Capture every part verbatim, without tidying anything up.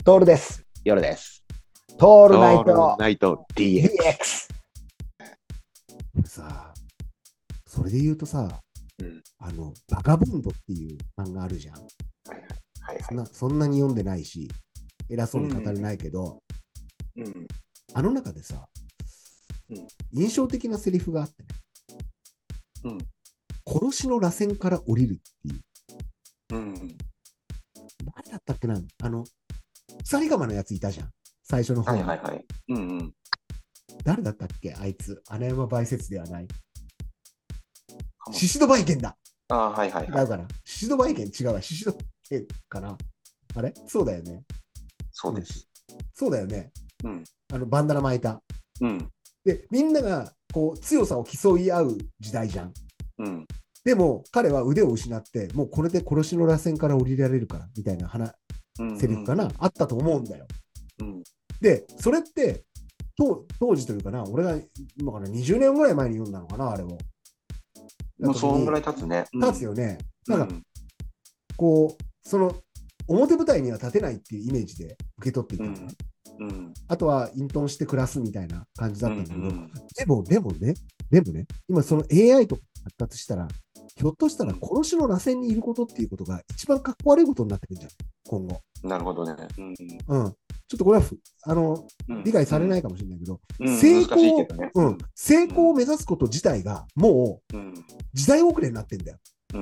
トールです。 夜です。 トールナイオールトナイト ディーエックス。 ディーエックス。さあ、それで言うとさ、 うん、 あの、バガボンドっていう漫画あるじゃん。 はいはいはいはい。 そんな、そんなに読んでないし、偉そうに語れうんないけど、 うん、 あの中でさ、 うん、 印象的なセリフがあってね、 うん、 殺しの螺旋から降りるっていう。 うん。 誰だったっけな、あの、鎖釜のやついたじゃん。最初の方に。 はいはいはい。うんうん。 誰だったっけあいつ。穴山梅雪ではない。 かもシシドバイケンだ。 ああ、はいはいはい。 違うかな。シシドバイケン違うわ。シシドバイケンかな。あれそうだよね。 そうです。 そうだよね。 うん、 あのバンダナ巻いた。 うん、 で、みんながこう強さを競い合う時代じゃん。 うん、 でも彼は腕を失って、もうこれで殺しの螺旋から降りられるからみたいな話うん、 セリフかな、あったと思うんだよ。 うん、 で、それって当当時というかな、俺が今からにじゅうねんぐらい前に読んだのかな、あれを。 もうそんぐらい経つね。 経つよね。 うん、 なんかこう、その表舞台には立てないっていうイメージで受け取っていたのね。 うん、うん、 あとは隠遁して暮らすみたいな感じだったんだけど、 うん、 でも、でもね、でもね、今その エーアイ とか発達したら、ひょっとしたら殺しの螺旋にいることっていうことが一番かっこ悪いことになってくるんじゃない今後。 なるほどね。 うん。ちょっとこれはあの、 うん、 理解されないかもしれないけど、 うん、 成難しい功、 けどね。 うん、成功を目指すこと自体がもううん、 時代遅れになってんだよ。 うん、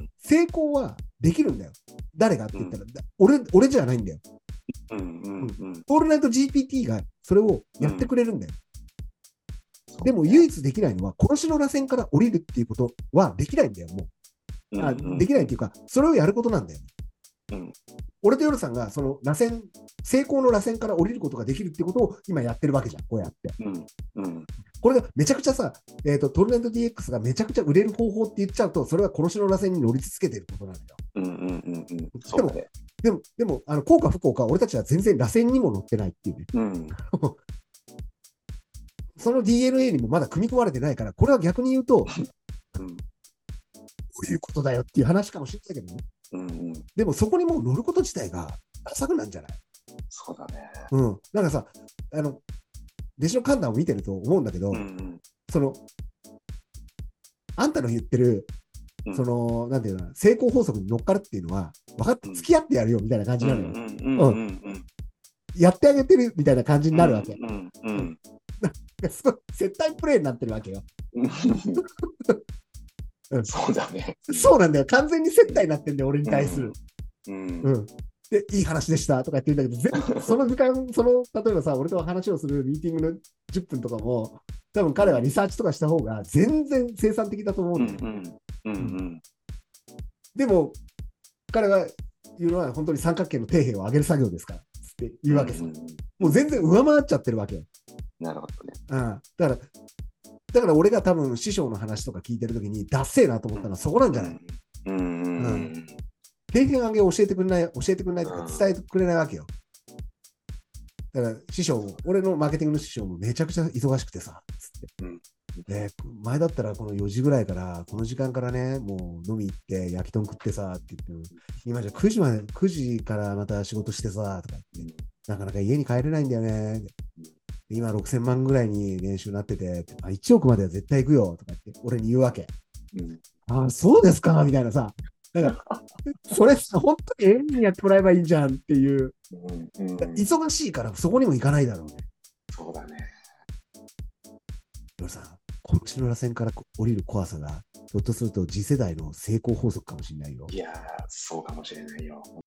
成功はできるんだよ。誰がって言ったら、俺、俺じゃないんだよ。 うん、うん、うん。 オールナイト ジーピーティー がそれをやってくれるんだよ。でも唯一できないのは、殺しの螺旋から降りるっていうことはできないんだよ、もう。あできないっていうか、それをやることなんだよ。うん、俺とヨルさんがその螺旋、成功の螺旋から降りることができるっていうことを今やってるわけじゃん、こうやって。うんうん、これがめちゃくちゃさ、えーと、トルネント ディーエックス がめちゃくちゃ売れる方法って言っちゃうと、それは殺しの螺旋に乗り続けてることなんだよ。うんうんうんうん、でも、でも、でもあの効果不効果、俺たちは全然螺旋にも乗ってないっていうね。うんその ディーエヌエー にもまだ組み込まれてないから、これは逆に言うと、うん、こういうことだよっていう話かもしれないけどね。うんうん、でもそこにもう乗ること自体が浅くなんじゃない？ そうだね。 うん。なんかさ、あの、弟子の判断を見てると思うんだけど、うんうん、その、あんたの言ってる、うん、その、なんていうの、成功法則に乗っかるっていうのは、分かって付き合ってやるよみたいな感じになるよ。やってあげてるみたいな感じになるわけ。うんうんうんすごい接待プレイになってるわけよ。 うん、そうだね。 そうなんだよ。完全に接待になってんだよ、俺に対する。うんうんうん、で、いい話でしたとか言ってるんだけど、全その時間、その、例えばさ、俺と話をするミーティングのじゅっぷんとかも、多分彼はリサーチとかした方が全然生産的だと思うんだよ。うんうんうんうん、でも、彼が言うのは本当に三角形の底辺を上げる作業ですからって言うわけさ。うんうん、もう全然上回っちゃってるわけよ。 なるほどね。 うん、だから、だから俺が多分師匠の話とか聞いてるときに、ダッセーなと思ったのはそこなんじゃない？うん。うん。経験上げ教えてくれない、教えてくれないとか伝えてくれないわけよ。だから師匠も、俺のマーケティングの師匠もめちゃくちゃ忙しくてさ、つって。うん、で、前だったらこのよじぐらいから、この時間からね、もう飲み行って焼き豚食ってさ、って言って、今じゃくじまで、くじからまた仕事してさ、とか言って、なかなか家に帰れないんだよね。今ろくせんまんぐらいに練習になってて、いちおくまでは絶対行くよとかって俺に言うわけ。うん、ああ、そうですかみたいなさ。だから、それ本当に永遠にやってもらえばいいじゃんっていう。うんうん、忙しいからそこにも行かないだろうね。 そうだね。 でもさ、殺しの螺旋から降りる怖さが、ひょっとすると次世代の成功法則かもしれないよ。 いやー、そうかもしれないよ。